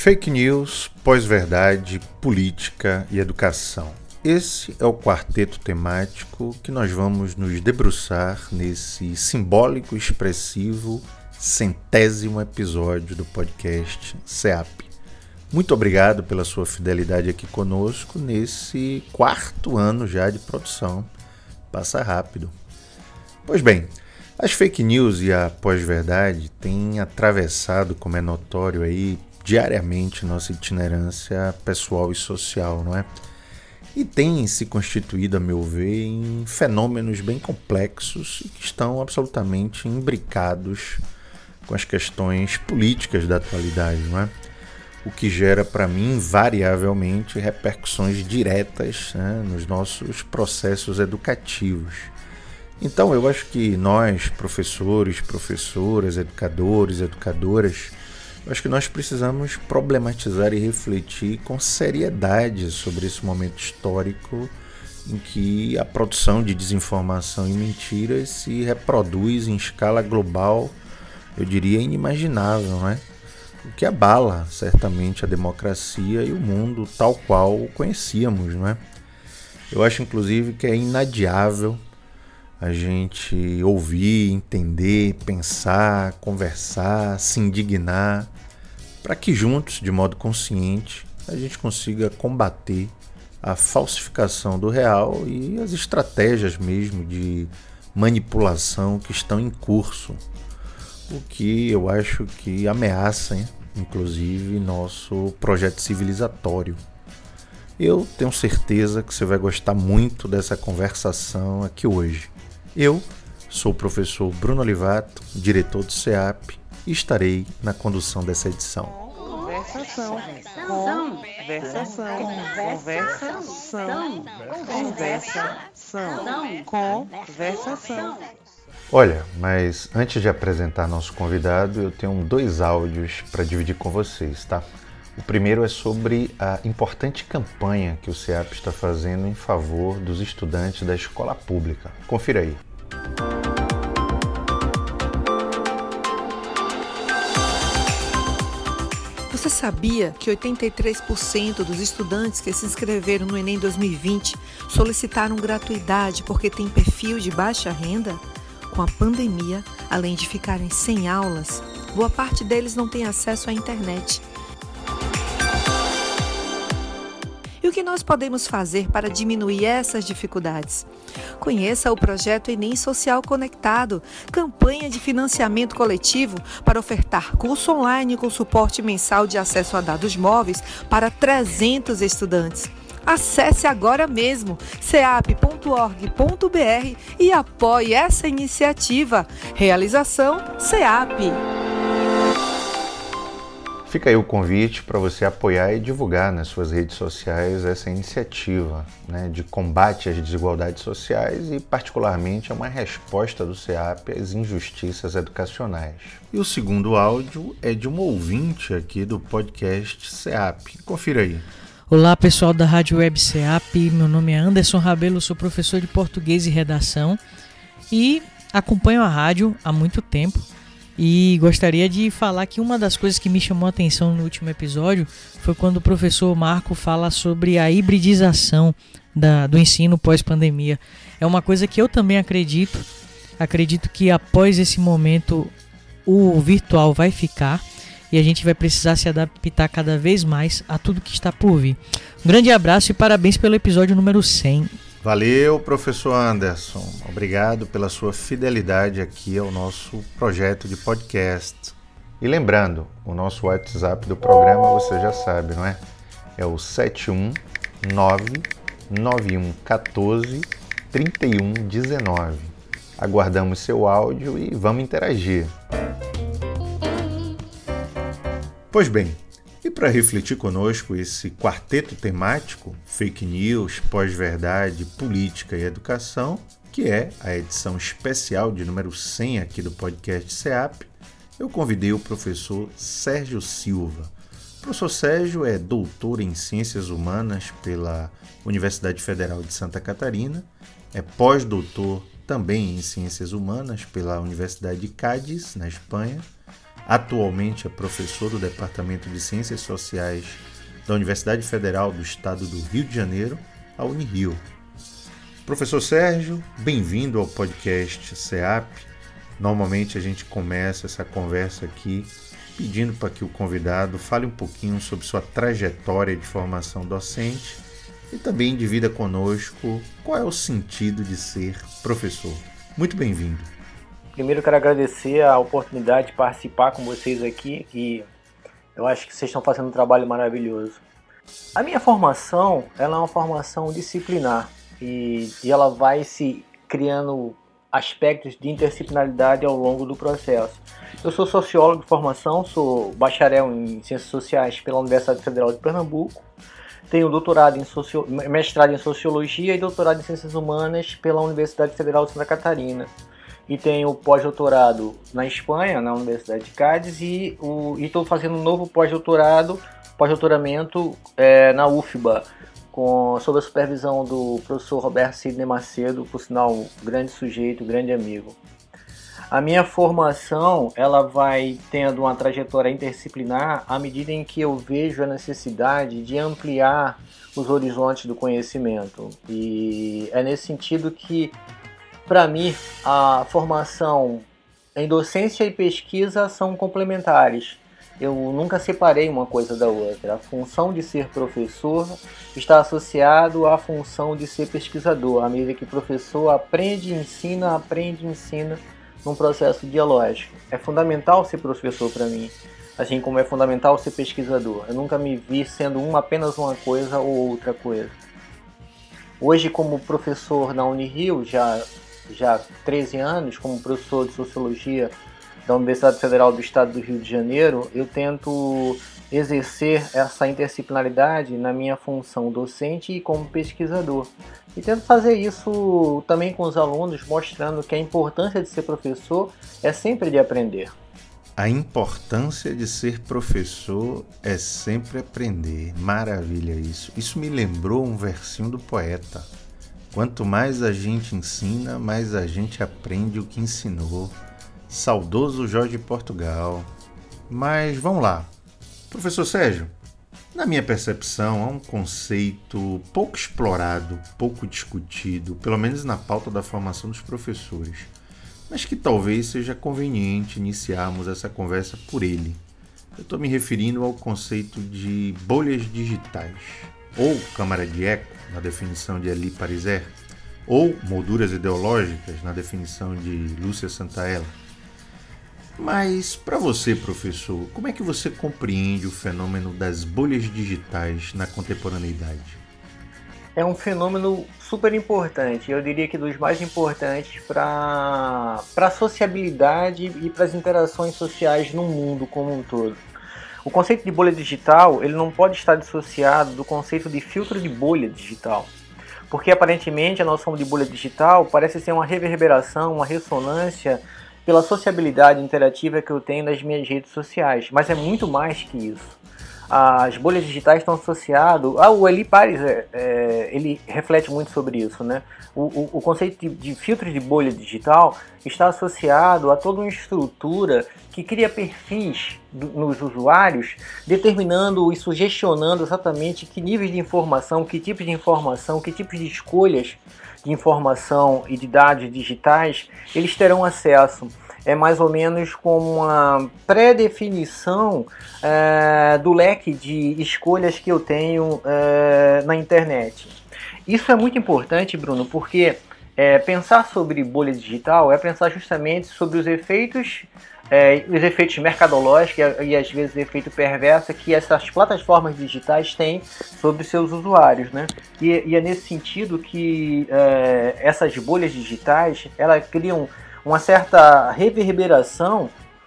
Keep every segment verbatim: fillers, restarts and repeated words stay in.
Fake news, pós-verdade, política e educação. Esse é o quarteto temático que nós vamos nos debruçar nesse simbólico e expressivo centésimo episódio do podcast C E A P. Muito obrigado pela sua fidelidade aqui conosco nesse quarto ano já de produção. Passa rápido. Pois bem, as fake news e a pós-verdade têm atravessado, como é notório aí, diariamente nossa itinerância pessoal e social, não é? E têm se constituído, a meu ver, em fenômenos bem complexos e que estão absolutamente imbricados com as questões políticas da atualidade, não é? O que gera, para mim, invariavelmente repercussões diretas, né, nos nossos processos educativos. Então, eu acho que nós, professores, professoras, educadores, educadoras, eu acho que nós precisamos problematizar e refletir com seriedade sobre esse momento histórico em que a produção de desinformação e mentiras se reproduz em escala global, eu diria inimaginável, não é? O que abala certamente a democracia e o mundo tal qual o conhecíamos, não é? Eu acho inclusive que é inadiável a gente ouvir, entender, pensar, conversar, se indignar, para que juntos, de modo consciente, a gente consiga combater a falsificação do real e as estratégias mesmo de manipulação que estão em curso, o que eu acho que ameaça, hein, inclusive, nosso projeto civilizatório. Eu tenho certeza que você vai gostar muito dessa conversação aqui hoje. Eu sou o professor Bruno Olivato, diretor do C E A P, e estarei na condução dessa edição. Conversação, conversação, conversação, conversação, conversação. Olha, mas antes de apresentar nosso convidado, eu tenho dois áudios para dividir com vocês, tá? O primeiro é sobre a importante campanha que o C E A P está fazendo em favor dos estudantes da escola pública. Confira aí. Você sabia que oitenta e três por cento dos estudantes que se inscreveram no Enem dois mil e vinte solicitaram gratuidade porque têm perfil de baixa renda? Com a pandemia, além de ficarem sem aulas, boa parte deles não tem acesso à internet. E o que nós podemos fazer para diminuir essas dificuldades? Conheça o projeto Enem Social Conectado, campanha de financiamento coletivo para ofertar curso online com suporte mensal de acesso a dados móveis para trezentos estudantes. Acesse agora mesmo c a p ponto org ponto b r e apoie essa iniciativa. Realização C E A P. Fica aí o convite para você apoiar e divulgar nas suas redes sociais essa iniciativa, né, de combate às desigualdades sociais e, particularmente, a uma resposta do C E A P às injustiças educacionais. E o segundo áudio é de um ouvinte aqui do podcast C E A P. Confira aí. Olá, pessoal da Rádio Web C E A P, meu nome é Anderson Rabelo, sou professor de português e redação e acompanho a rádio há muito tempo. E gostaria de falar que uma das coisas que me chamou a atenção no último episódio foi quando o professor Marco fala sobre a hibridização da, do ensino pós-pandemia. É uma coisa que eu também acredito. Acredito que após esse momento o virtual vai ficar e a gente vai precisar se adaptar cada vez mais a tudo que está por vir. Um grande abraço e parabéns pelo episódio número cem. Valeu, professor Anderson. Obrigado pela sua fidelidade aqui ao nosso projeto de podcast. E lembrando, o nosso WhatsApp do programa você já sabe, não é? É o sete um nove nove um um quatro três um um nove. Aguardamos seu áudio e vamos interagir. Pois bem, e para refletir conosco esse quarteto temático, fake news, pós-verdade, política e educação, que é a edição especial de número cem aqui do podcast C E A P, eu convidei o professor Sérgio Silva. O professor Sérgio é doutor em Ciências Humanas pela Universidade Federal de Santa Catarina, é pós-doutor também em Ciências Humanas pela Universidade de Cádiz, na Espanha, Atualmente é professor do Departamento de Ciências Sociais da Universidade Federal do Estado do Rio de Janeiro, a Unirio. Professor Sérgio, bem-vindo ao podcast C E A P. Normalmente a gente começa essa conversa aqui pedindo para que o convidado fale um pouquinho sobre sua trajetória de formação docente e também divida conosco qual é o sentido de ser professor. Muito bem-vindo. Primeiro, quero agradecer a oportunidade de participar com vocês aqui, e eu acho que vocês estão fazendo um trabalho maravilhoso. A minha formação, ela é uma formação disciplinar e, e ela vai se criando aspectos de interdisciplinaridade ao longo do processo. Eu sou sociólogo de formação, sou bacharel em Ciências Sociais pela Universidade Federal de Pernambuco, tenho doutorado em socio... mestrado em Sociologia e doutorado em Ciências Humanas pela Universidade Federal de Santa Catarina. E tenho pós-doutorado na Espanha, na Universidade de Cádiz, e estou fazendo um novo pós-doutorado, pós-doutoramento é, na U F B A, com, sob a supervisão do professor Roberto Sidney Macedo, por sinal, um grande sujeito, grande amigo. A minha formação, ela vai tendo uma trajetória interdisciplinar à medida em que eu vejo a necessidade de ampliar os horizontes do conhecimento. E é nesse sentido que, para mim, a formação em docência e pesquisa são complementares. Eu nunca separei uma coisa da outra. A função de ser professor está associado à função de ser pesquisador. À medida que o professor aprende, ensina, aprende, ensina num processo dialógico. É fundamental ser professor para mim, assim como é fundamental ser pesquisador. Eu nunca me vi sendo uma, apenas uma coisa ou outra coisa. Hoje, como professor na Unirio, já já há treze anos, como professor de Sociologia da Universidade Federal do Estado do Rio de Janeiro, eu tento exercer essa interdisciplinaridade na minha função docente e como pesquisador. E tento fazer isso também com os alunos, mostrando que a importância de ser professor é sempre de aprender. A importância de ser professor é sempre aprender. Maravilha isso. Isso me lembrou um versinho do poeta. Quanto mais a gente ensina, mais a gente aprende o que ensinou. Saudoso Jorge Portugal. Mas vamos lá. Professor Sérgio, na minha percepção, há um conceito pouco explorado, pouco discutido, pelo menos na pauta da formação dos professores, mas que talvez seja conveniente iniciarmos essa conversa por ele. Eu estou me referindo ao conceito de bolhas digitais, ou câmara de eco, na definição de Elie Pariser, ou molduras ideológicas, na definição de Lúcia Santaella. Mas, para você, professor, como é que você compreende o fenômeno das bolhas digitais na contemporaneidade? É um fenômeno super importante, eu diria que dos mais importantes para a sociabilidade e para as interações sociais no mundo como um todo. O conceito de bolha digital, ele não pode estar dissociado do conceito de filtro de bolha digital, porque aparentemente a noção de bolha digital parece ser uma reverberação, uma ressonância pela sociabilidade interativa que eu tenho nas minhas redes sociais, mas é muito mais que isso. As bolhas digitais estão associadas... Ah, o Elie Pariser, é, ele reflete muito sobre isso, né? O, o, o conceito de, de filtro de bolha digital está associado a toda uma estrutura que cria perfis do, nos usuários, determinando e sugestionando exatamente que níveis de informação, que tipos de informação, que tipos de escolhas de informação e de dados digitais eles terão acesso. É mais ou menos como uma pré-definição é, do leque de escolhas que eu tenho é, na internet. Isso é muito importante, Bruno, porque é, pensar sobre bolha digital é pensar justamente sobre os efeitos, é, os efeitos mercadológicos e, e às vezes o efeito perverso que essas plataformas digitais têm sobre seus usuários, né? E, e é nesse sentido que é, essas bolhas digitais elas criam uma certa reverberação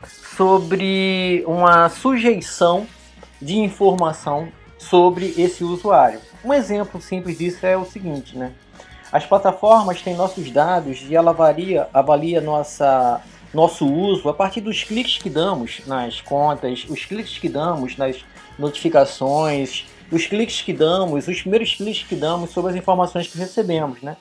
sobre uma sujeição de informação sobre esse usuário. Um exemplo simples disso é o seguinte, né? As plataformas têm nossos dados e ela avalia, avalia nossa, nosso uso a partir dos cliques que damos nas contas, os cliques que damos nas notificações, os cliques que damos, os primeiros cliques que damos sobre as informações que recebemos, né?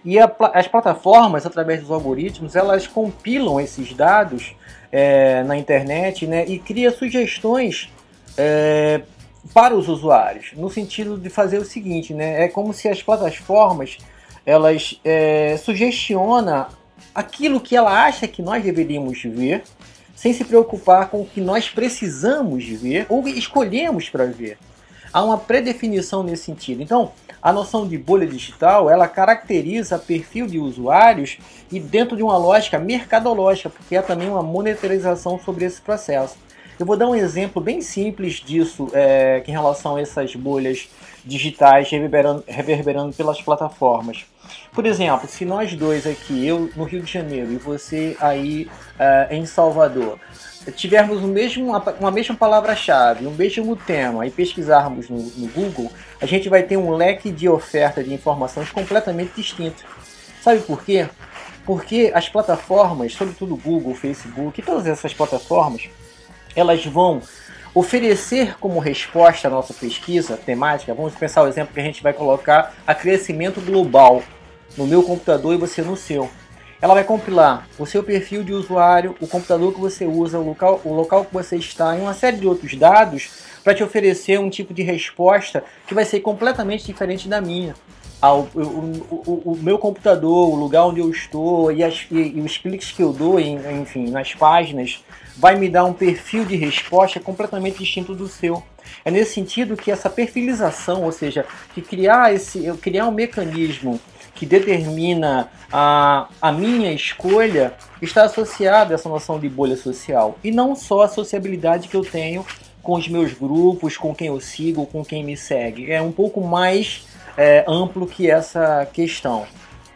E a, as plataformas, através dos algoritmos, elas compilam esses dados é, na internet, né, e cria sugestões é, para os usuários, no sentido de fazer o seguinte, né, é como se as plataformas elas é, sugestionam aquilo que ela acha que nós deveríamos ver, sem se preocupar com o que nós precisamos ver ou escolhemos para ver. Há uma predefinição nesse sentido. Então, a noção de bolha digital, ela caracteriza perfil de usuários e dentro de uma lógica mercadológica, porque há também uma monetarização sobre esse processo. Eu vou dar um exemplo bem simples disso, é, em relação a essas bolhas digitais reverberando, reverberando pelas plataformas. Por exemplo, se nós dois aqui, eu no Rio de Janeiro e você aí uh, em Salvador, tivermos o mesmo, uma mesma palavra-chave, um mesmo tema e pesquisarmos no, no Google, a gente vai ter um leque de oferta de informações completamente distinto. Sabe por quê? Porque as plataformas, sobretudo Google, Facebook e todas essas plataformas, elas vão oferecer como resposta à nossa pesquisa temática, vamos pensar o exemplo que a gente vai colocar, a crescimento global no meu computador e você no seu. Ela vai compilar o seu perfil de usuário, o computador que você usa, o local, o local que você está e uma série de outros dados para te oferecer um tipo de resposta que vai ser completamente diferente da minha. Ah, o, o, o, o meu computador, o lugar onde eu estou e, as, e, e os cliques que eu dou, em, enfim, nas páginas, vai me dar um perfil de resposta completamente distinto do seu. É nesse sentido que essa perfilização, ou seja, que criar, esse, criar um mecanismo que determina a, a minha escolha, está associado a essa noção de bolha social. E não só a sociabilidade que eu tenho com os meus grupos, com quem eu sigo, com quem me segue. É um pouco mais é, amplo que essa questão.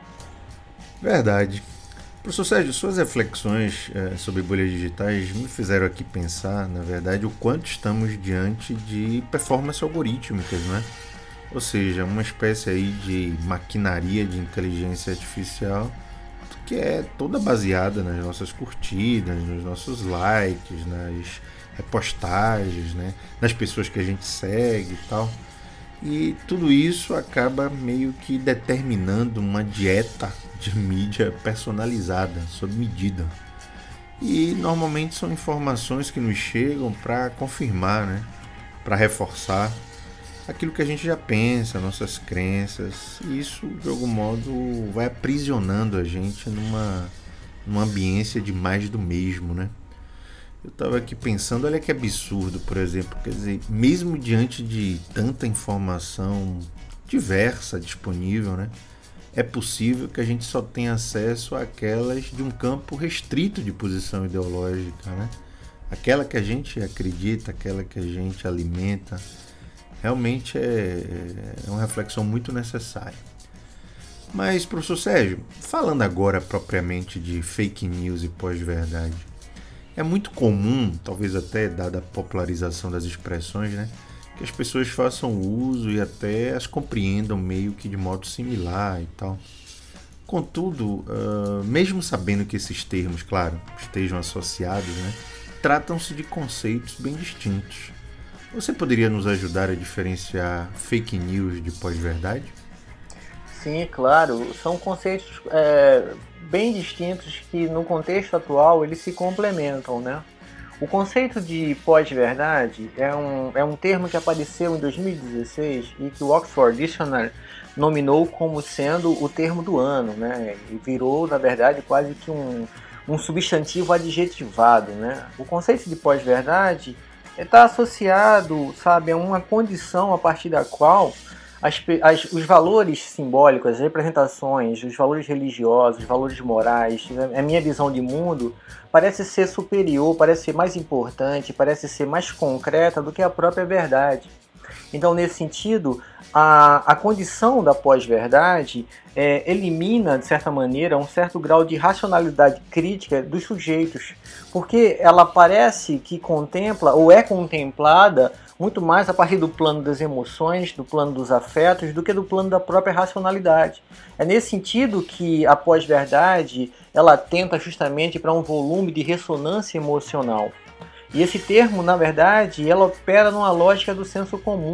Verdade. Professor Sérgio, suas reflexões é, sobre bolhas digitais me fizeram aqui pensar, na verdade, o quanto estamos diante de performance algorítmicas, né? Ou seja, uma espécie aí de maquinaria de inteligência artificial que é toda baseada nas nossas curtidas, nos nossos likes, nas repostagens, né? Nas pessoas que a gente segue e tal. E tudo isso acaba meio que determinando uma dieta de mídia personalizada, sob medida. E normalmente são informações que nos chegam para confirmar, né? Para reforçar aquilo que a gente já pensa, nossas crenças. E isso, de algum modo, vai aprisionando a gente numa, numa ambiência de mais do mesmo, né? Eu estava aqui pensando, olha que absurdo, por exemplo, quer dizer, mesmo diante de tanta informação diversa disponível, né, é possível que a gente só tenha acesso àquelas de um campo restrito de posição ideológica, né? Aquela que a gente acredita, aquela que a gente alimenta, realmente é, é uma reflexão muito necessária. Mas, professor Sérgio, falando agora propriamente de fake news e pós-verdade, é muito comum, talvez até dada a popularização das expressões, né, que as pessoas façam uso e até as compreendam meio que de modo similar e tal. Contudo, uh, mesmo sabendo que esses termos, claro, estejam associados, né, tratam-se de conceitos bem distintos. Você poderia nos ajudar a diferenciar fake news de pós-verdade? Sim, claro. São conceitos é, bem distintos que, no contexto atual, eles se complementam, né? O conceito de pós-verdade é um, é um termo que apareceu em dois mil e dezesseis e que o Oxford Dictionary nominou como sendo o termo do ano, né? E virou, na verdade, quase que um, um substantivo adjetivado, né? O conceito de pós-verdade está associado, sabe, a uma condição a partir da qual As, as, os valores simbólicos, as representações, os valores religiosos, os valores morais, a minha visão de mundo parece ser superior, parece ser mais importante, parece ser mais concreta do que a própria verdade. Então, nesse sentido, a, a condição da pós-verdade é, elimina, de certa maneira, um certo grau de racionalidade crítica dos sujeitos, porque ela parece que contempla, ou é contemplada, muito mais a partir do plano das emoções, do plano dos afetos, do que do plano da própria racionalidade. É nesse sentido que a pós-verdade ela tenta justamente para um volume de ressonância emocional. E esse termo, na verdade, ela opera numa lógica do senso comum.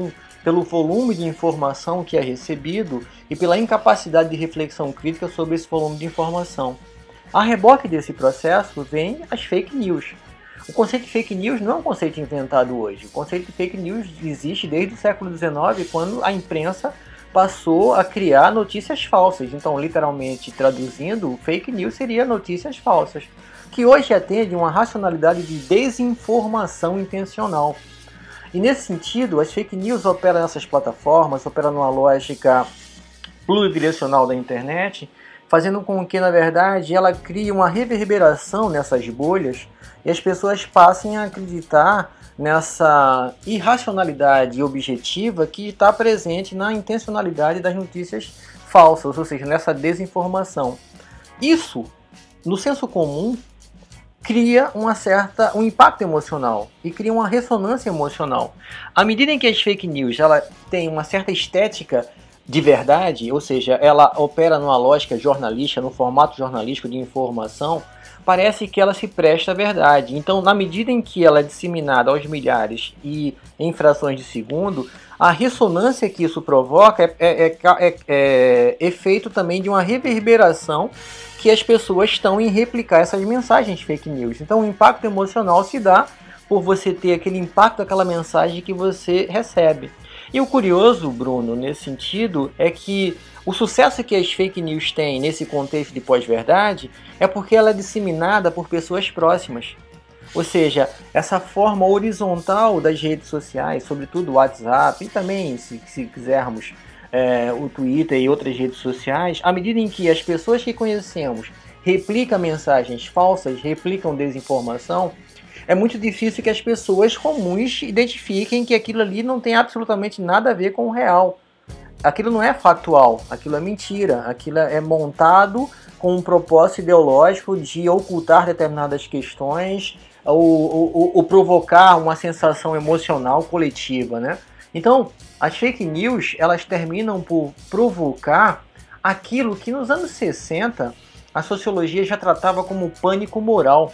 pelo volume de informação que é recebido e pela incapacidade de reflexão crítica sobre esse volume de informação. A reboque desse processo vem as fake news. O conceito de fake news não é um conceito inventado hoje. O conceito de fake news existe desde o século dezenove, quando a imprensa passou a criar notícias falsas. Então, literalmente traduzindo, fake news seria notícias falsas, que hoje atende uma racionalidade de desinformação intencional. E nesse sentido, as fake news operam nessas plataformas, operam numa lógica pluridirecional da internet, fazendo com que, na verdade, ela crie uma reverberação nessas bolhas e as pessoas passem a acreditar nessa irracionalidade objetiva que está presente na intencionalidade das notícias falsas, ou seja, nessa desinformação. Isso, no senso comum, cria uma certa, um impacto emocional e cria uma ressonância emocional. À medida em que as fake news ela tem uma certa estética de verdade, ou seja, ela opera numa lógica jornalística, no formato jornalístico de informação, parece que ela se presta à verdade. Então, na medida em que ela é disseminada aos milhares e em frações de segundo, a ressonância que isso provoca é, é, é, é, é efeito também de uma reverberação que as pessoas estão em replicar essas mensagens fake news. Então, o impacto emocional se dá por você ter aquele impacto daquela mensagem que você recebe. E o curioso, Bruno, nesse sentido, é que o sucesso que as fake news têm nesse contexto de pós-verdade é porque ela é disseminada por pessoas próximas. Ou seja, essa forma horizontal das redes sociais, sobretudo o WhatsApp e também, se, se quisermos, é, o Twitter e outras redes sociais, à medida em que as pessoas que conhecemos replicam mensagens falsas, replicam desinformação, é muito difícil que as pessoas comuns identifiquem que aquilo ali não tem absolutamente nada a ver com o real. Aquilo não é factual, aquilo é mentira, aquilo é montado com um propósito ideológico de ocultar determinadas questões ou, ou, ou provocar uma sensação emocional coletiva, né? Então, as fake news, elas terminam por provocar aquilo que nos anos sessenta a sociologia já tratava como pânico moral,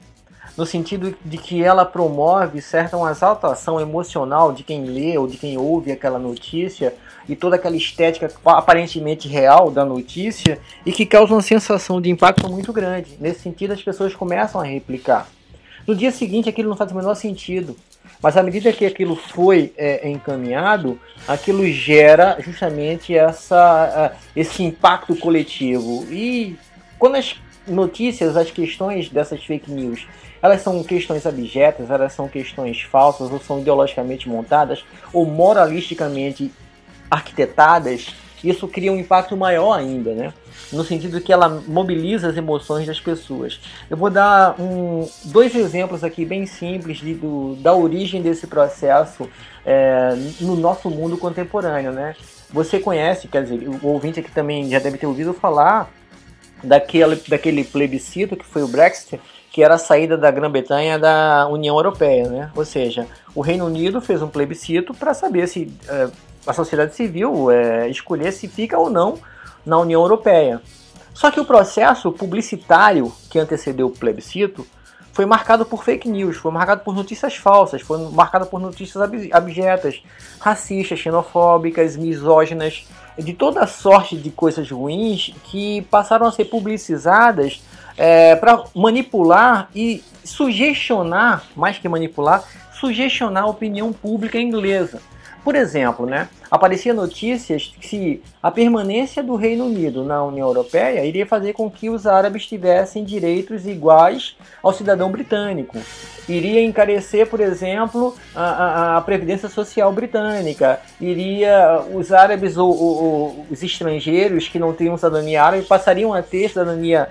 no sentido de que ela promove certa uma exaltação emocional de quem lê ou de quem ouve aquela notícia e toda aquela estética aparentemente real da notícia e que causa uma sensação de impacto muito grande. Nesse sentido, as pessoas começam a replicar. No dia seguinte, aquilo não faz o menor sentido, mas à medida que aquilo foi é, encaminhado, aquilo gera justamente essa, esse impacto coletivo. E quando as notícias, as questões dessas fake news, elas são questões abjetas, elas são questões falsas, ou são ideologicamente montadas, ou moralisticamente arquitetadas, isso cria um impacto maior ainda, né? No sentido que ela mobiliza as emoções das pessoas. Eu vou dar um, dois exemplos aqui bem simples de, do, da origem desse processo é, no nosso mundo contemporâneo, né? Você conhece, quer dizer, o ouvinte aqui também já deve ter ouvido falar daquele, daquele plebiscito que foi o Brexit, que era a saída da Grã-Bretanha da União Europeia, né? Ou seja, o Reino Unido fez um plebiscito para saber se é, a sociedade civil é, escolher se fica ou não na União Europeia. Só que o processo publicitário que antecedeu o plebiscito foi marcado por fake news, foi marcado por notícias falsas, foi marcado por notícias abjetas, racistas, xenofóbicas, misóginas, de toda sorte de coisas ruins que passaram a ser publicizadas é, para manipular e sugestionar, mais que manipular, sugestionar a opinião pública inglesa. Por exemplo, né, aparecia notícias que a permanência do Reino Unido na União Europeia iria fazer com que os árabes tivessem direitos iguais ao cidadão britânico. Iria encarecer, por exemplo, a, a, a previdência social britânica. Iria os árabes ou, ou, ou os estrangeiros que não tinham cidadania árabe passariam a ter cidadania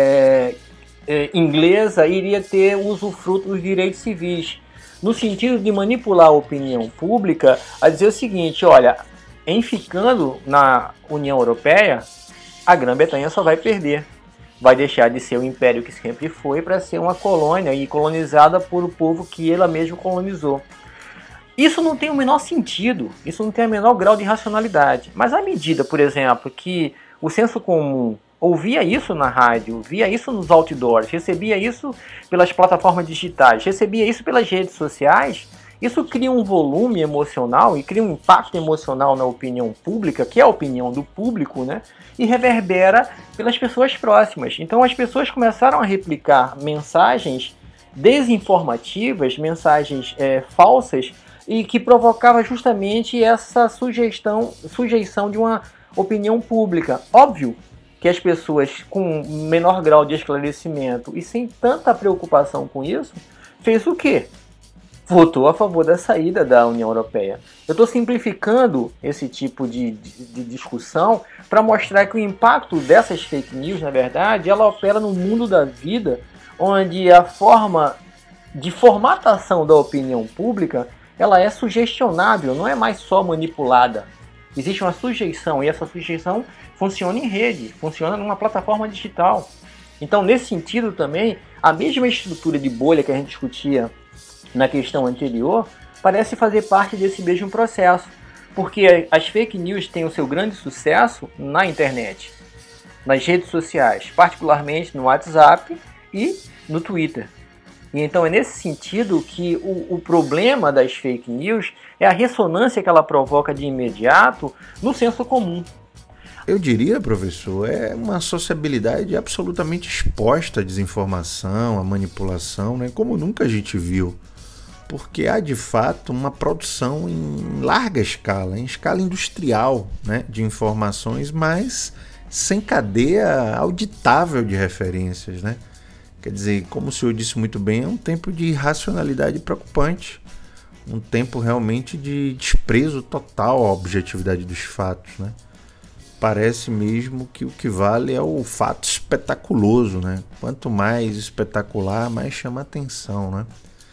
é, é, inglesa e iria ter usufruto dos direitos civis. No sentido de manipular a opinião pública a dizer o seguinte: olha, em ficando na União Europeia, a Grã-Bretanha só vai perder. Vai deixar de ser o império que sempre foi para ser uma colônia e colonizada por o povo que ela mesma colonizou. Isso não tem o menor sentido, isso não tem o menor grau de racionalidade. Mas à medida, por exemplo, que o senso comum ouvia isso na rádio, via isso nos outdoors, recebia isso pelas plataformas digitais, recebia isso pelas redes sociais, Isso cria um volume emocional e cria um impacto emocional na opinião pública, que é a opinião do público, né? E reverbera pelas pessoas próximas. Então as pessoas começaram a replicar mensagens desinformativas, mensagens é, falsas, e que provocava justamente essa sugestão, sujeição de uma opinião pública. Óbvio que as pessoas com menor grau de esclarecimento e sem tanta preocupação com isso, fez o quê? Votou a favor da saída da União Europeia. Eu estou simplificando esse tipo de, de, de discussão para mostrar que o impacto dessas fake news, na verdade, ela opera no mundo da vida, onde a forma de formatação da opinião pública ela é sugestionável, não é mais só manipulada. Existe uma sujeição e essa sujeição funciona em rede, funciona numa plataforma digital. Então, nesse sentido também, a mesma estrutura de bolha que a gente discutia na questão anterior, parece fazer parte desse mesmo processo, porque as fake news têm o seu grande sucesso na internet, nas redes sociais, particularmente no WhatsApp e no Twitter. E então é nesse sentido que o, o problema das fake news é a ressonância que ela provoca de imediato no senso comum. Eu diria, professor, é uma sociabilidade absolutamente exposta à desinformação, à manipulação, né, como nunca a gente viu. Porque há de fato uma produção em larga escala, em escala industrial, né, de informações, mas sem cadeia auditável de referências, né? Quer dizer, como o senhor disse muito bem, é um tempo de irracionalidade preocupante, um tempo realmente de desprezo total à objetividade dos fatos, né? Parece mesmo que o que vale é o fato espetaculoso, né? Quanto mais espetacular, mais chama atenção, né?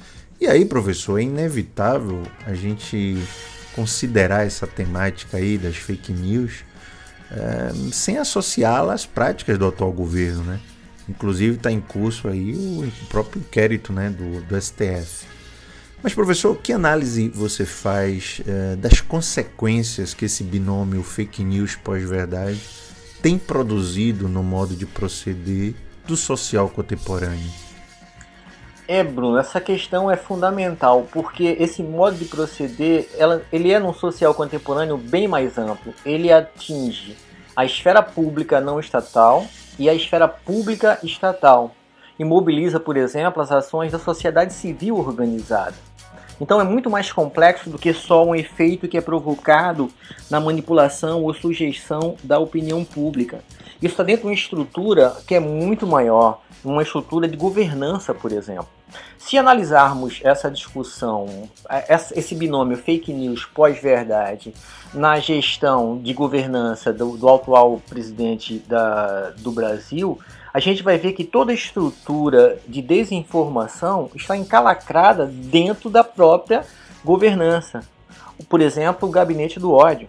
E aí, professor, é inevitável a gente considerar essa temática aí das fake news é, sem associá-la às práticas do atual governo, né? Inclusive está em curso aí o próprio inquérito, né, do, do S T F. Mas, professor, que análise você faz é, das consequências que esse binômio fake news pós-verdade tem produzido no modo de proceder do social contemporâneo? É, Bruno, essa questão é fundamental, porque esse modo de proceder, ela, ele é num social contemporâneo bem mais amplo. Ele atinge a esfera pública não estatal e a esfera pública estatal. E mobiliza, por exemplo, as ações da sociedade civil organizada. Então é muito mais complexo do que só um efeito que é provocado na manipulação ou sujeição da opinião pública. Isso está dentro de uma estrutura que é muito maior, uma estrutura de governança, por exemplo. Se analisarmos essa discussão, esse binômio fake news pós-verdade na gestão de governança do, do atual presidente da, do Brasil, a gente vai ver que toda a estrutura de desinformação está encalacrada dentro da própria governança. Por exemplo, o gabinete do ódio.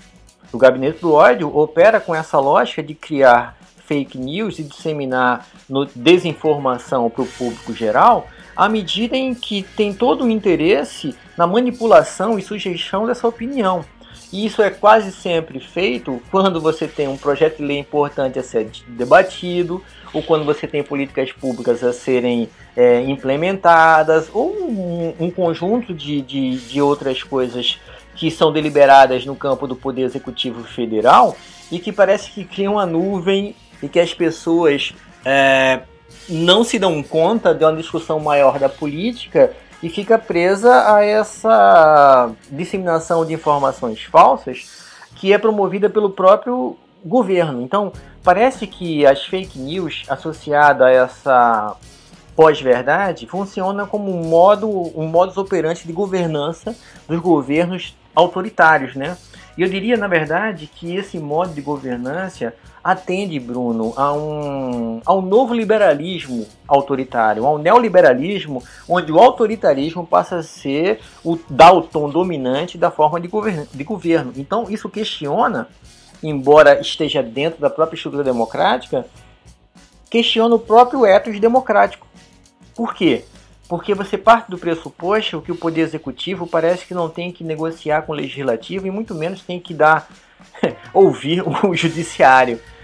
O gabinete do ódio opera com essa lógica de criar fake news e disseminar no desinformação para o público geral, à medida em que tem todo o interesse na manipulação e sujeição dessa opinião. E isso é quase sempre feito quando você tem um projeto de lei importante a ser debatido, ou quando você tem políticas públicas a serem é, implementadas, ou um, um conjunto de, de, de outras coisas que são deliberadas no campo do Poder Executivo Federal e que parece que criam uma nuvem e que as pessoas é, não se dão conta de uma discussão maior da política e fica presa a essa disseminação de informações falsas que é promovida pelo próprio governo. Então, parece que as fake news associadas a essa pós-verdade funcionam como um modo, um modus operandi de governança dos governos autoritários, né? E eu diria, na verdade, que esse modo de governança atende, Bruno, a um, a um novo liberalismo autoritário, a um neoliberalismo onde o autoritarismo passa a ser o, dar o tom dominante da forma de governo, de governo. Então, isso questiona, embora esteja dentro da própria estrutura democrática, questiona o próprio ethos democrático. Por quê? Porque você parte do pressuposto que o Poder Executivo parece que não tem que negociar com o Legislativo e muito menos tem que dar ouvir o Judiciário.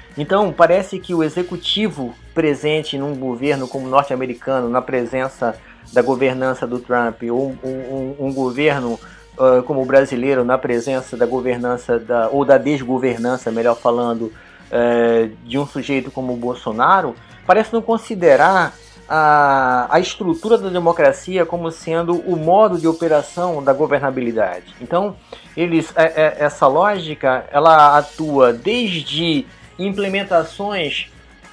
Então, parece que o executivo presente num governo como o norte-americano, na presença da governança do Trump, ou um, um, um governo uh, como o brasileiro, na presença da governança, da, ou da desgovernança, melhor falando, uh, de um sujeito como o Bolsonaro, parece não considerar a, a estrutura da democracia como sendo o modo de operação da governabilidade. Então, eles, essa lógica, ela atua desde implementações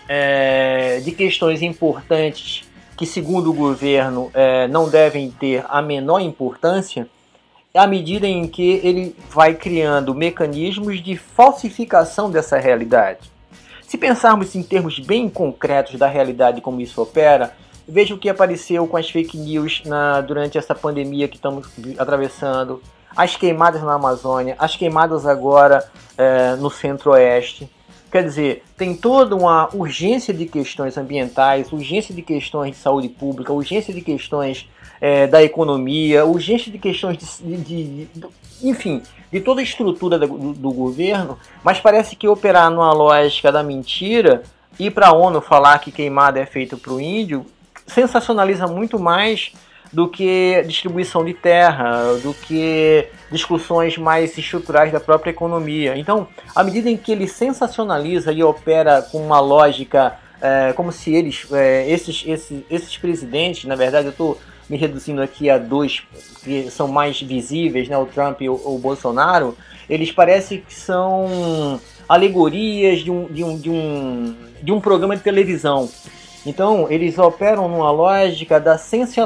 é, de questões importantes que, segundo o governo, é, não devem ter a menor importância, à medida em que ele vai criando mecanismos de falsificação dessa realidade. Se pensarmos em termos bem concretos da realidade como isso opera, veja o que apareceu com as fake news na, durante essa pandemia que estamos atravessando, as queimadas na Amazônia, as queimadas agora é, no Centro-Oeste. Quer dizer, tem toda uma urgência de questões ambientais, urgência de questões de saúde pública, urgência de questões é, da economia, urgência de questões de, de, de, enfim, de toda a estrutura do, do governo, mas parece que operar numa lógica da mentira e para a ONU falar que queimada é feita para o índio sensacionaliza muito mais do que distribuição de terra, do que discussões mais estruturais da própria economia. Então, à medida em que ele sensacionaliza e opera com uma lógica é, como se eles, é, esses, esses, esses presidentes, na verdade eu estou me reduzindo aqui a dois que são mais visíveis, né, o Trump e o, o Bolsonaro, eles parecem que são alegorias de um, de um, de um, de um programa de televisão. Então, eles operam numa lógica da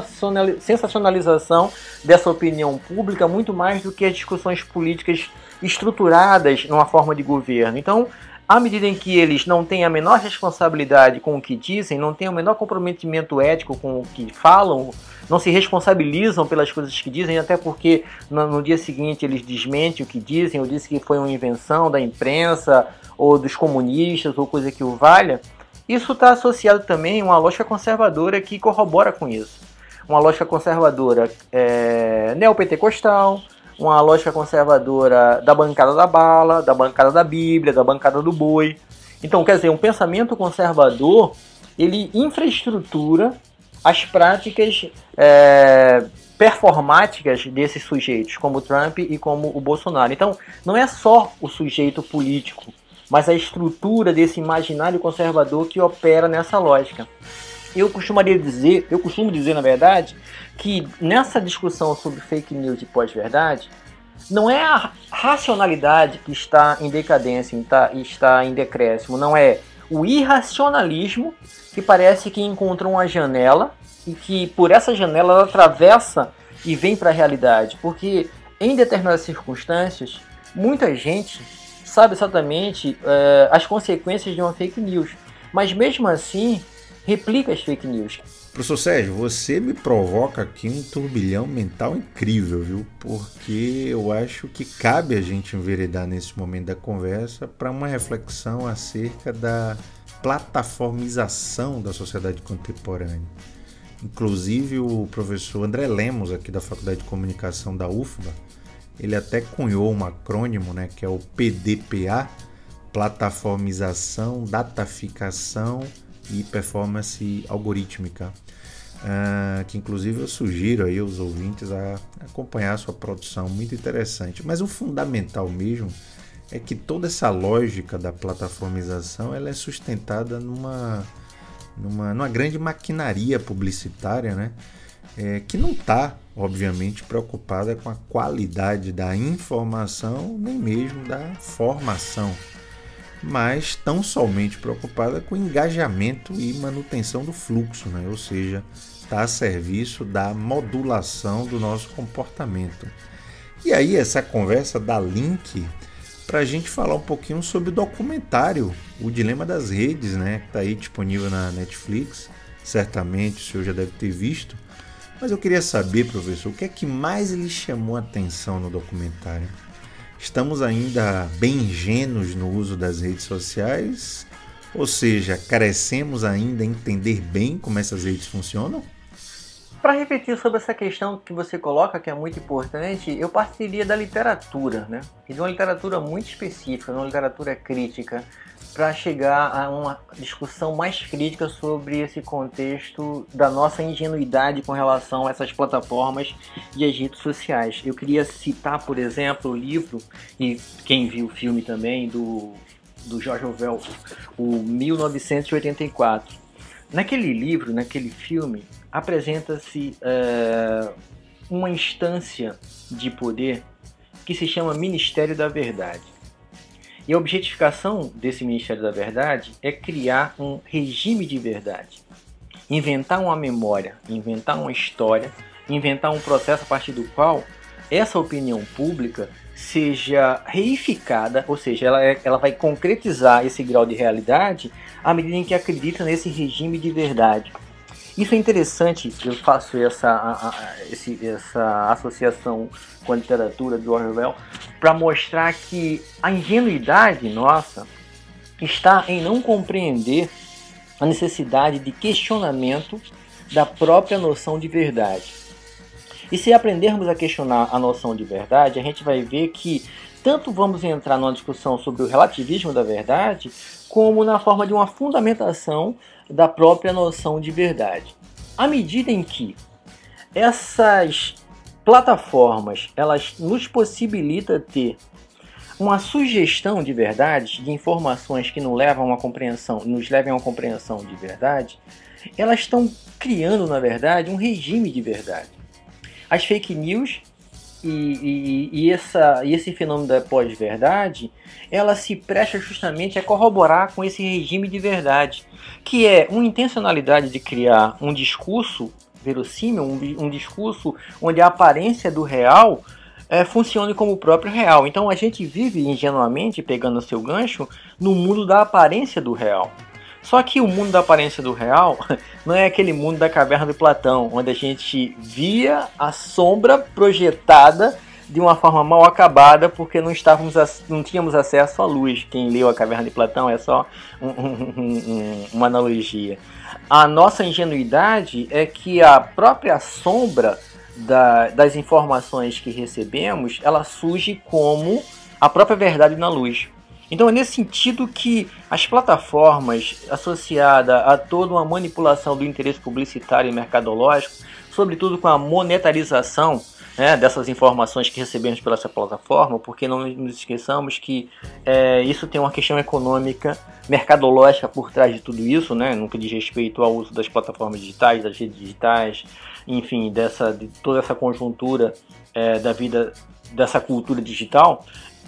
sensacionalização dessa opinião pública muito mais do que as discussões políticas estruturadas numa forma de governo. Então, à medida em que eles não têm a menor responsabilidade com o que dizem, não têm o menor comprometimento ético com o que falam, não se responsabilizam pelas coisas que dizem, até porque no, no dia seguinte eles desmentem o que dizem, ou dizem que foi uma invenção da imprensa, ou dos comunistas, ou coisa que o valha. Isso está associado também a uma lógica conservadora que corrobora com isso. Uma lógica conservadora é, neopentecostal, uma lógica conservadora da bancada da bala, da bancada da Bíblia, da bancada do boi. Então, quer dizer, um pensamento conservador, ele infraestrutura as práticas é, performáticas desses sujeitos, como o Trump e como o Bolsonaro. Então, não é só o sujeito político, mas a estrutura desse imaginário conservador que opera nessa lógica. Eu costumaria dizer, eu costumo dizer, na verdade, que nessa discussão sobre fake news e pós-verdade, não é a racionalidade que está em decadência, está, está em decréscimo, não é o irracionalismo que parece que encontrou uma janela e que por essa janela ela atravessa e vem para a realidade, porque em determinadas circunstâncias, muita gente sabe exatamente uh, as consequências de uma fake news, mas mesmo assim replica as fake news. Professor Sérgio, você me provoca aqui um turbilhão mental incrível, viu? Porque eu acho que cabe a gente enveredar nesse momento da conversa para uma reflexão acerca da plataformização da sociedade contemporânea. Inclusive o professor André Lemos, aqui da Faculdade de Comunicação da U F B A, ele até cunhou um acrônimo, né, que é o P D P A, Plataformização, Dataficação e Performance Algorítmica, uh, que inclusive eu sugiro aí aos ouvintes a acompanhar a sua produção, muito interessante. Mas o fundamental mesmo é que toda essa lógica da plataformização ela é sustentada numa, numa, numa grande maquinaria publicitária, né? É, que não está, obviamente, preocupada com a qualidade da informação, nem mesmo da formação, mas tão somente preocupada com o engajamento e manutenção do fluxo, né? Ou seja, está a serviço da modulação do nosso comportamento. E aí essa conversa dá link para a gente falar um pouquinho sobre o documentário O Dilema das Redes, né? Que está aí disponível na Netflix, certamente o senhor já deve ter visto. Mas eu queria saber, professor, o que é que mais lhe chamou a atenção no documentário? Estamos ainda bem ingênuos no uso das redes sociais? Ou seja, carecemos ainda entender bem como essas redes funcionam? Para refletir sobre essa questão que você coloca, que é muito importante, eu partiria da literatura, né? E de uma literatura muito específica, uma literatura crítica. para chegar a uma discussão mais crítica sobre esse contexto da nossa ingenuidade com relação a essas plataformas e as redes sociais. Eu queria citar, por exemplo, o livro, e quem viu o filme também, do, do George Orwell, o mil novecentos e oitenta e quatro. Naquele livro, naquele filme, apresenta-se uh, uma instância de poder que se chama Ministério da Verdade. E a objetificação desse Ministério da Verdade é criar um regime de verdade. Inventar uma memória, inventar uma história, inventar um processo a partir do qual essa opinião pública seja reificada, ou seja, ela, é, ela vai concretizar esse grau de realidade à medida em que acredita nesse regime de verdade. Isso é interessante, eu faço essa, a, a, esse, essa associação com a literatura de Orwell para mostrar que a ingenuidade nossa está em não compreender a necessidade de questionamento da própria noção de verdade. E se aprendermos a questionar a noção de verdade, a gente vai ver que tanto vamos entrar numa discussão sobre o relativismo da verdade, como na forma de uma fundamentação da própria noção de verdade. À medida em que essas plataformas elas nos possibilitam ter uma sugestão de verdade, de informações que nos levam a uma compreensão, nos levem a uma compreensão de verdade, elas estão criando, na verdade, um regime de verdade. As fake news e, e, e, essa, e esse fenômeno da pós-verdade, ela se presta justamente a corroborar com esse regime de verdade, que é uma intencionalidade de criar um discurso verossímil, um, um discurso onde a aparência do real é, funcione como o próprio real. Então a gente vive ingenuamente, pegando o seu gancho, no mundo da aparência do real. Só que o mundo da aparência do real não é aquele mundo da caverna de Platão, onde a gente via a sombra projetada de uma forma mal acabada porque não, estávamos, não tínhamos acesso à luz. Quem leu a Caverna de Platão é só um, um, um, uma analogia. A nossa ingenuidade é que a própria sombra da, das informações que recebemos, ela surge como a própria verdade na luz. Então é nesse sentido que as plataformas associadas a toda uma manipulação do interesse publicitário e mercadológico, sobretudo com a monetarização, né, dessas informações que recebemos pela essa plataforma, porque não nos esqueçamos que é, isso tem uma questão econômica, mercadológica por trás de tudo isso, né, nunca diz respeito ao uso das plataformas digitais, das redes digitais, enfim, dessa, de toda essa conjuntura é, da vida, dessa cultura digital.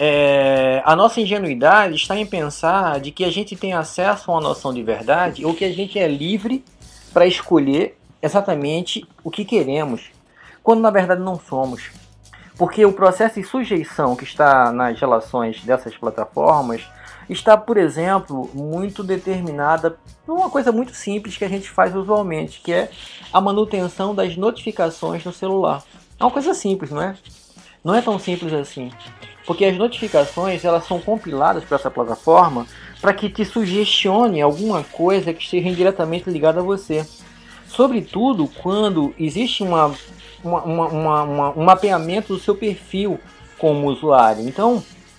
É, a nossa ingenuidade está em pensar de que a gente tem acesso a uma noção de verdade ou que a gente é livre para escolher exatamente o que queremos, quando na verdade não somos. Porque o processo de sujeição que está nas relações dessas plataformas está, por exemplo, muito determinada por uma coisa muito simples que a gente faz usualmente, que é a manutenção das notificações no celular. É uma coisa simples, não é? Não é tão simples assim. Porque as notificações elas são compiladas para essa plataforma para que te sugestione alguma coisa que esteja indiretamente ligada a você. Sobretudo quando existe uma, uma, uma, uma, uma, um mapeamento do seu perfil como usuário. Então,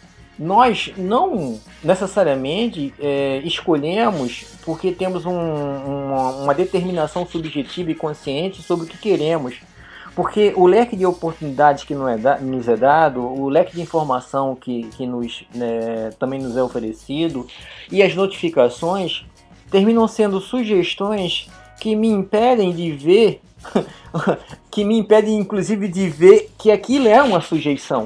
nós não necessariamente é, escolhemos porque temos um, uma, uma determinação subjetiva e consciente sobre o que queremos. Porque o leque de oportunidades que nos é dado, o leque de informação que, que nos, né, também nos é oferecido e as notificações terminam sendo sugestões que me impedem de ver, que me impedem inclusive de ver que aquilo é uma sujeição.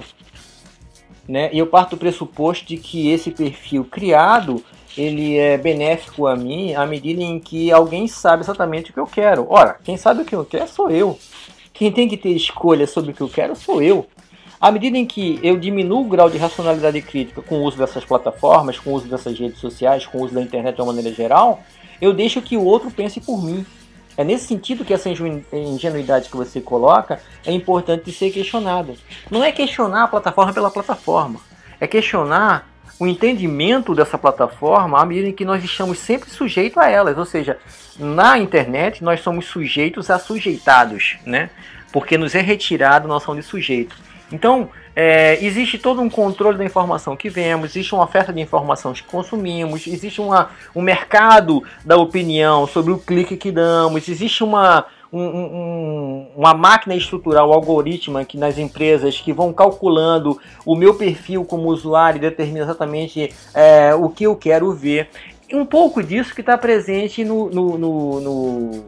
Né? E eu parto do pressuposto de que esse perfil criado ele é benéfico a mim à medida em que alguém sabe exatamente o que eu quero. Ora, quem sabe o que eu quero sou eu. Quem tem que ter escolha sobre o que eu quero sou eu. À medida em que eu diminuo o grau de racionalidade crítica com o uso dessas plataformas, com o uso dessas redes sociais, com o uso da internet de uma maneira geral, eu deixo que o outro pense por mim. É nesse sentido que essa ingenuidade que você coloca é importante ser questionada. Não é questionar a plataforma pela plataforma. É questionar o entendimento dessa plataforma à medida em que nós estamos sempre sujeitos a elas. Ou seja, na internet nós somos sujeitos a sujeitados, né? Porque nos é retirada a noção de sujeito. Então, é, existe todo um controle da informação que vemos, existe uma oferta de informação que consumimos, existe uma, um mercado da opinião sobre o clique que damos, existe uma, um, um, uma máquina estrutural, um algoritmo aqui nas empresas que vão calculando o meu perfil como usuário e determina exatamente é, o que eu quero ver. E um pouco disso que está presente no, no, no, no,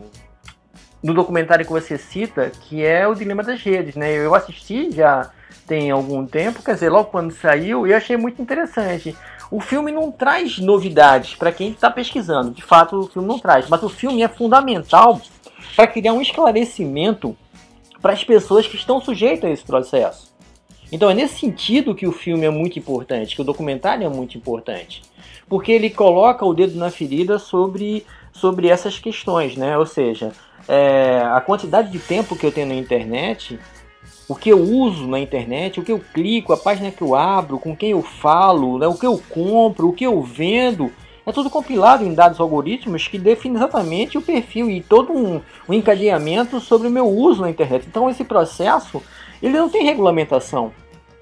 no documentário que você cita, que é o Dilema das Redes, né? Eu assisti já tem algum tempo, quer dizer, logo quando saiu, e achei muito interessante. O filme não traz novidades para quem está pesquisando, de fato o filme não traz, mas o filme é fundamental para criar um esclarecimento para as pessoas que estão sujeitas a esse processo. Então é nesse sentido que o filme é muito importante, que o documentário é muito importante, porque ele coloca o dedo na ferida sobre, sobre essas questões, né? Ou seja, é, a quantidade de tempo que eu tenho na internet, o que eu uso na internet, o que eu clico, a página que eu abro, com quem eu falo, né, o que eu compro, o que eu vendo, é tudo compilado em dados algoritmos que definem exatamente o perfil e todo um, um encadeamento sobre o meu uso na internet. Então esse processo, ele não tem regulamentação.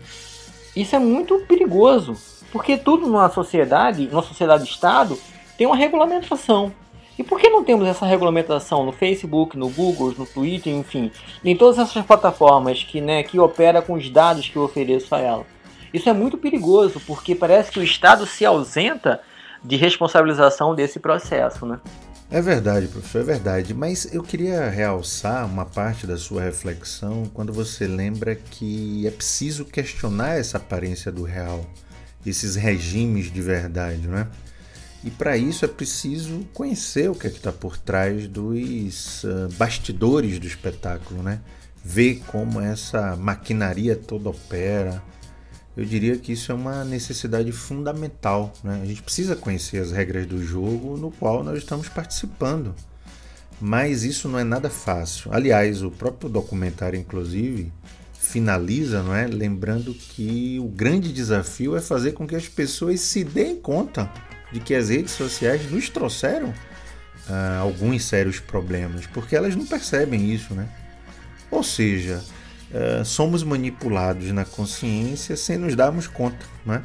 Isso é muito perigoso, porque tudo numa sociedade, numa sociedade-estado, tem uma regulamentação. E por que não temos essa regulamentação no Facebook, no Google, no Twitter, enfim, em todas essas plataformas que, né, que opera com os dados que eu ofereço a ela? Isso é muito perigoso, porque parece que o Estado se ausenta de responsabilização desse processo, né? É verdade, professor, é verdade. Mas eu queria realçar uma parte da sua reflexão quando você lembra que é preciso questionar essa aparência do real, esses regimes de verdade, não é? E para isso é preciso conhecer o que é que está por trás dos uh, bastidores do espetáculo, né? Ver como essa maquinaria toda opera. Eu diria que isso é uma necessidade fundamental, né? A gente precisa conhecer as regras do jogo no qual nós estamos participando. Mas isso não é nada fácil. Aliás, o próprio documentário, inclusive, finaliza, não é? Lembrando que o grande desafio é fazer com que as pessoas se deem conta de que as redes sociais nos trouxeram ah, alguns sérios problemas, porque elas não percebem isso, né? Ou seja, ah, somos manipulados na consciência sem nos darmos conta, né?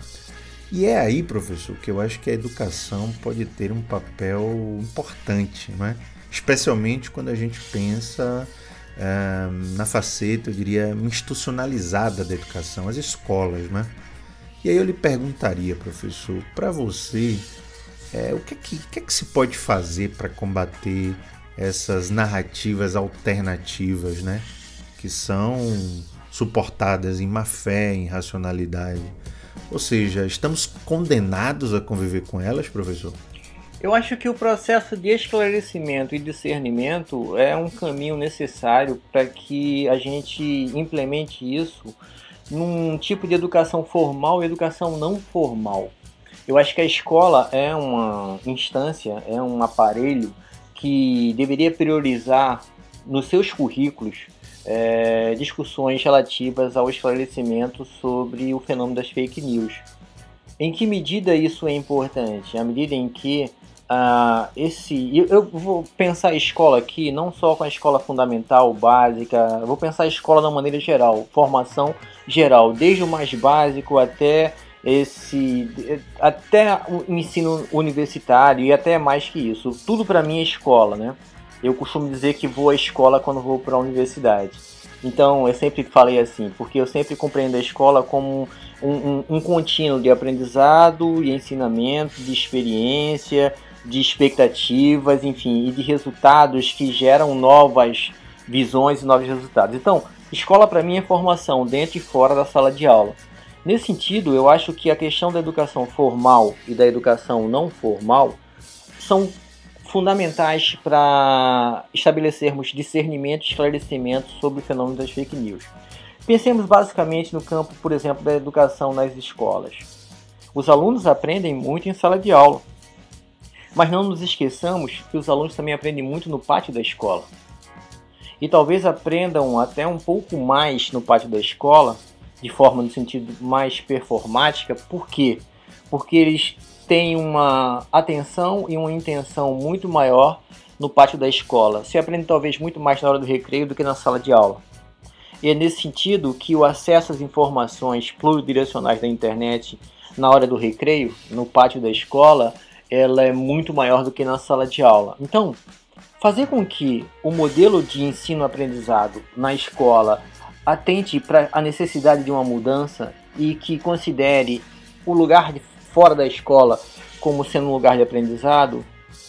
E é aí, professor, que eu acho que a educação pode ter um papel importante, né? Especialmente quando a gente pensa ah, na faceta, eu diria, institucionalizada da educação, as escolas, né? E aí eu lhe perguntaria, professor, para você, é, o que é que, que é que se pode fazer para combater essas narrativas alternativas, né? Que são suportadas em má fé, em racionalidade. Ou seja, estamos condenados a conviver com elas, professor? Eu acho que o processo de esclarecimento e discernimento é um caminho necessário para que a gente implemente isso num tipo de educação formal e educação não formal. Eu acho que a escola é uma instância, é um aparelho que deveria priorizar nos seus currículos é, discussões relativas ao esclarecimento sobre o fenômeno das fake news. Em que medida isso é importante? À medida em que ah, esse... Eu, eu vou pensar a escola aqui, não só com a escola fundamental, básica, eu vou pensar a escola de uma maneira geral, formação geral, desde o mais básico até esse até o ensino universitário e até mais que isso. Tudo para mim é escola, né? Eu costumo dizer que vou à escola quando vou para a universidade. Então eu sempre falei assim, porque eu sempre compreendo a escola como um, um, um contínuo de aprendizado e ensinamento, de experiência, de expectativas, enfim, e de resultados que geram novas visões e novos resultados. Então, escola para mim é formação dentro e fora da sala de aula. Nesse sentido, eu acho que a questão da educação formal e da educação não formal são fundamentais para estabelecermos discernimento e esclarecimento sobre o fenômeno das fake news. Pensemos basicamente no campo, por exemplo, da educação nas escolas. Os alunos aprendem muito em sala de aula, mas não nos esqueçamos que os alunos também aprendem muito no pátio da escola. E talvez aprendam até um pouco mais no pátio da escola, de forma no sentido mais performática. Por quê? Porque eles têm uma atenção e uma intenção muito maior no pátio da escola. Se aprende talvez muito mais na hora do recreio do que na sala de aula. E é nesse sentido que o acesso às informações pluridirecionais da internet na hora do recreio, no pátio da escola, ela é muito maior do que na sala de aula. Então, fazer com que o modelo de ensino-aprendizado na escola atente para a necessidade de uma mudança e que considere o lugar de fora da escola como sendo um lugar de aprendizado,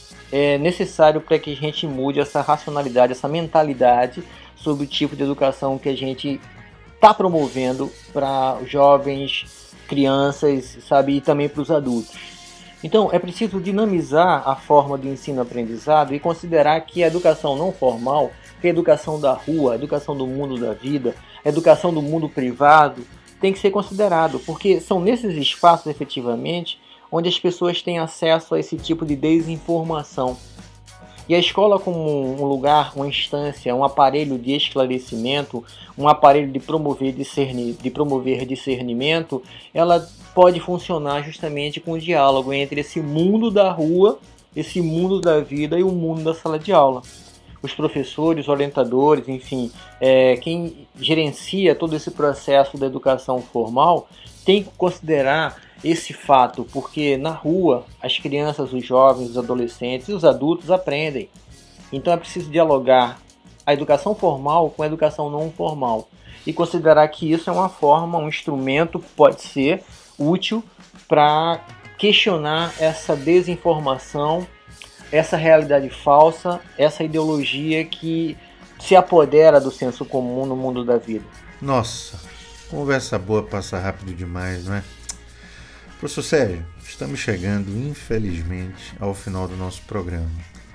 é necessário para que a gente mude essa racionalidade, essa mentalidade sobre o tipo de educação que a gente está promovendo para jovens, crianças, sabe, e também para os adultos. Então, é preciso dinamizar a forma do ensino-aprendizado e considerar que a educação não formal, que a educação da rua, a educação do mundo da vida, a educação do mundo privado, tem que ser considerado, porque são nesses espaços, efetivamente, onde as pessoas têm acesso a esse tipo de desinformação. E a escola como um lugar, uma instância, um aparelho de esclarecimento, um aparelho de promover, discernir, de promover discernimento, ela pode funcionar justamente com o diálogo entre esse mundo da rua, esse mundo da vida e o mundo da sala de aula. Os professores, orientadores, enfim, é, quem gerencia todo esse processo da educação formal tem que considerar esse fato, porque na rua as crianças, os jovens, os adolescentes e os adultos aprendem. Então é preciso dialogar a educação formal com a educação não formal e considerar que isso é uma forma, um instrumento, pode ser útil para questionar essa desinformação, essa realidade falsa, essa ideologia que se apodera do senso comum no mundo da vida. Nossa, conversa boa passa rápido demais, não é? Professor Sérgio, estamos chegando, infelizmente, ao final do nosso programa.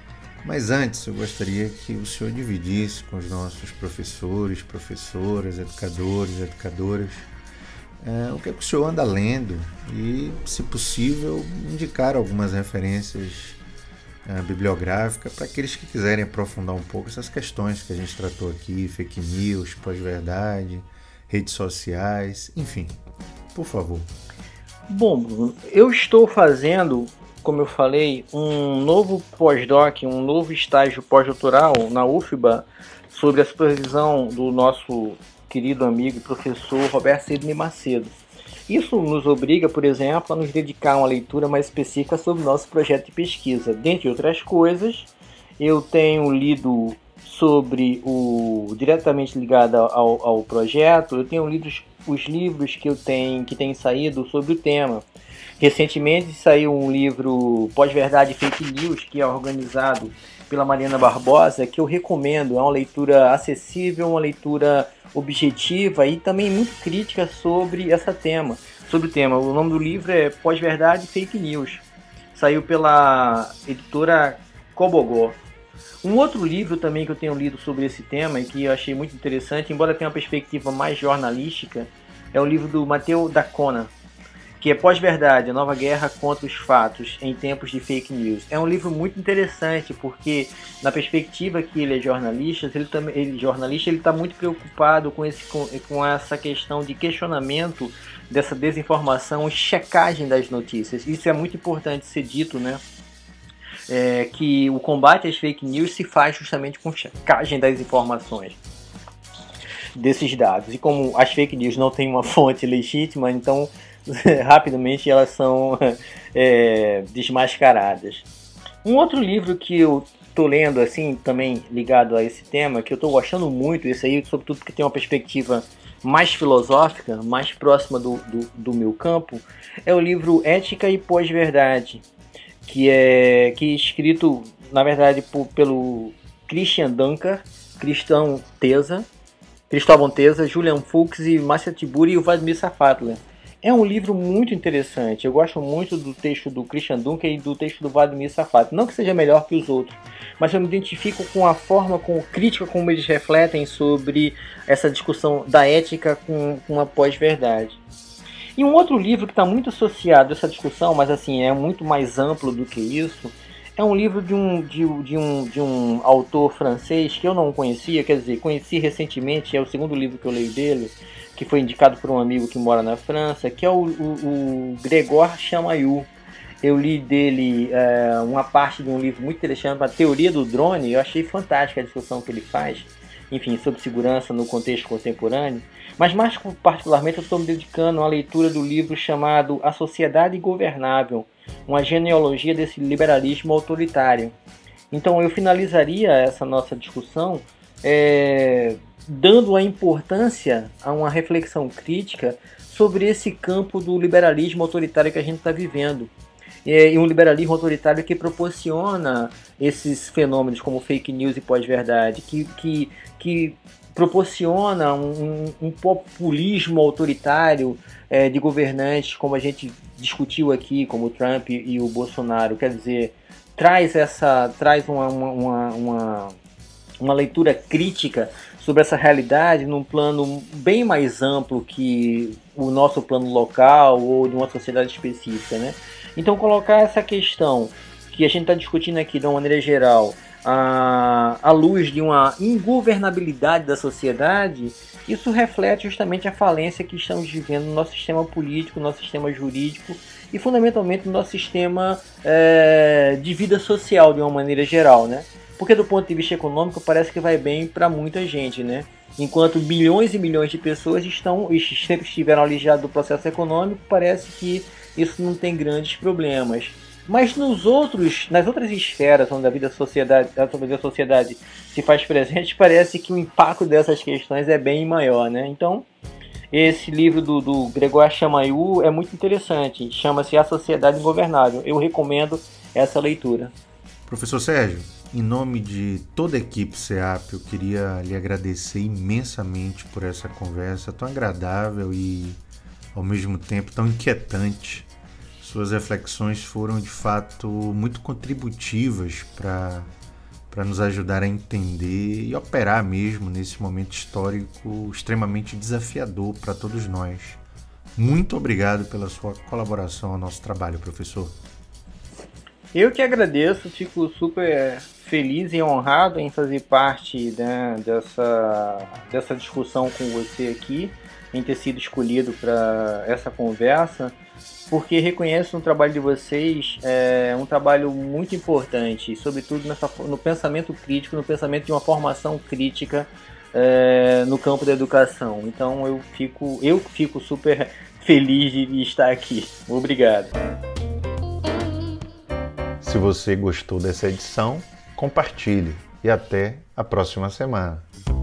Mas antes, eu gostaria que o senhor dividisse com os nossos professores, professoras, educadores, educadoras, é, o que, é que o senhor anda lendo e, se possível, indicar algumas referências é, bibliográficas para aqueles que quiserem aprofundar um pouco essas questões que a gente tratou aqui, fake news, pós-verdade, redes sociais, enfim, por favor. Bom, Bruno, eu estou fazendo, como eu falei, um novo pós-doc, um novo estágio pós-doutoral na U F B A sobre a supervisão do nosso querido amigo e professor Roberto Sidney Macedo. Isso nos obriga, por exemplo, a nos dedicar a uma leitura mais específica sobre o nosso projeto de pesquisa. Dentre outras coisas, eu tenho lido sobre o diretamente ligado ao, ao projeto, eu tenho lido os, os livros que eu tenho que têm saído sobre o tema. Recentemente saiu um livro Pós-Verdade e Fake News, que é organizado pela Mariana Barbosa, que eu recomendo. É uma leitura acessível, uma leitura objetiva e também muito crítica sobre esse tema. Sobre o tema. O nome do livro é Pós-Verdade e Fake News. Saiu pela editora Cobogó. Um outro livro também que eu tenho lido sobre esse tema e que eu achei muito interessante, embora tenha uma perspectiva mais jornalística, é o livro do Matteo D'Ancona, que é Pós-Verdade, a nova guerra contra os fatos em tempos de fake news. É um livro muito interessante porque, na perspectiva que ele é jornalista, ele também, ele jornalista, ele está muito preocupado com, esse, com, com essa questão de questionamento dessa desinformação e checagem das notícias. Isso é muito importante ser dito, né? É, que o combate às fake news se faz justamente com checagem das informações, desses dados. E como as fake news não têm uma fonte legítima, então rapidamente elas são é, desmascaradas. Um outro livro que eu estou lendo, assim, também ligado a esse tema, que eu estou gostando muito, esse aí, sobretudo porque tem uma perspectiva mais filosófica, mais próxima do, do, do meu campo, é o livro Ética e Pós-Verdade, que é, que é escrito, na verdade, por, pelo Christian Dunker, Cristão Teza, Cristóvão Teza, Julian Fuchs e Márcia Tiburi e o Vladimir Safatler. É um livro muito interessante. Eu gosto muito do texto do Christian Dunker e do texto do Vladimir Safatler. Não que seja melhor que os outros, mas eu me identifico com a forma, com a crítica como eles refletem sobre essa discussão da ética com, com a pós-verdade. E um outro livro que está muito associado a essa discussão, mas assim é muito mais amplo do que isso, é um livro de um, de, de, um, de um autor francês que eu não conhecia, quer dizer, conheci recentemente, é o segundo livro que eu leio dele, que foi indicado por um amigo que mora na França, que é o, o, o Grégoire Chamaillou. Eu li dele é, uma parte de um livro muito interessante, a Teoria do Drone, eu achei fantástica a discussão que ele faz, enfim, sobre segurança no contexto contemporâneo, mas mais particularmente eu estou me dedicando à leitura do livro chamado A Sociedade Governável, uma genealogia desse liberalismo autoritário. Então eu finalizaria essa nossa discussão é, dando a importância a uma reflexão crítica sobre esse campo do liberalismo autoritário que a gente está vivendo. E um liberalismo autoritário que proporciona esses fenômenos como fake news e pós-verdade, que, que, que proporciona um, um populismo autoritário é, de governantes, como a gente discutiu aqui, como o Trump e o Bolsonaro. Quer dizer, traz, essa, traz uma, uma, uma, uma leitura crítica sobre essa realidade num plano bem mais amplo que o nosso plano local ou de uma sociedade específica, né? Então, colocar essa questão que a gente está discutindo aqui de uma maneira geral à, à luz de uma ingovernabilidade da sociedade, isso reflete justamente a falência que estamos vivendo no nosso sistema político, no nosso sistema jurídico e, fundamentalmente, no nosso sistema é, de vida social de uma maneira geral, né? Porque, do ponto de vista econômico, parece que vai bem para muita gente, né? Enquanto milhões e milhões de pessoas estão, sempre estiveram alijadas do processo econômico, parece que isso não tem grandes problemas. Mas nos outros, nas outras esferas onde a vida, sociedade, a vida sociedade se faz presente, parece que o impacto dessas questões é bem maior, né? Então, esse livro do, do Gregório Chamaillou é muito interessante. Chama-se A Sociedade Ingovernável. Eu recomendo essa leitura. Professor Sérgio, em nome de toda a equipe C E A P, eu queria lhe agradecer imensamente por essa conversa tão agradável e, ao mesmo tempo, tão inquietante. Suas reflexões foram, de fato, muito contributivas para para nos ajudar a entender e operar mesmo nesse momento histórico extremamente desafiador para todos nós. Muito obrigado pela sua colaboração ao nosso trabalho, professor. Eu que agradeço, fico super feliz e honrado em fazer parte, né, dessa, dessa discussão com você aqui, em ter sido escolhido para essa conversa, porque reconheço no trabalho de vocês é, um trabalho muito importante, sobretudo nessa, no pensamento crítico, no pensamento de uma formação crítica é, no campo da educação. Então eu fico, eu fico super feliz de estar aqui. Obrigado. Se você gostou dessa edição, compartilhe e até a próxima semana.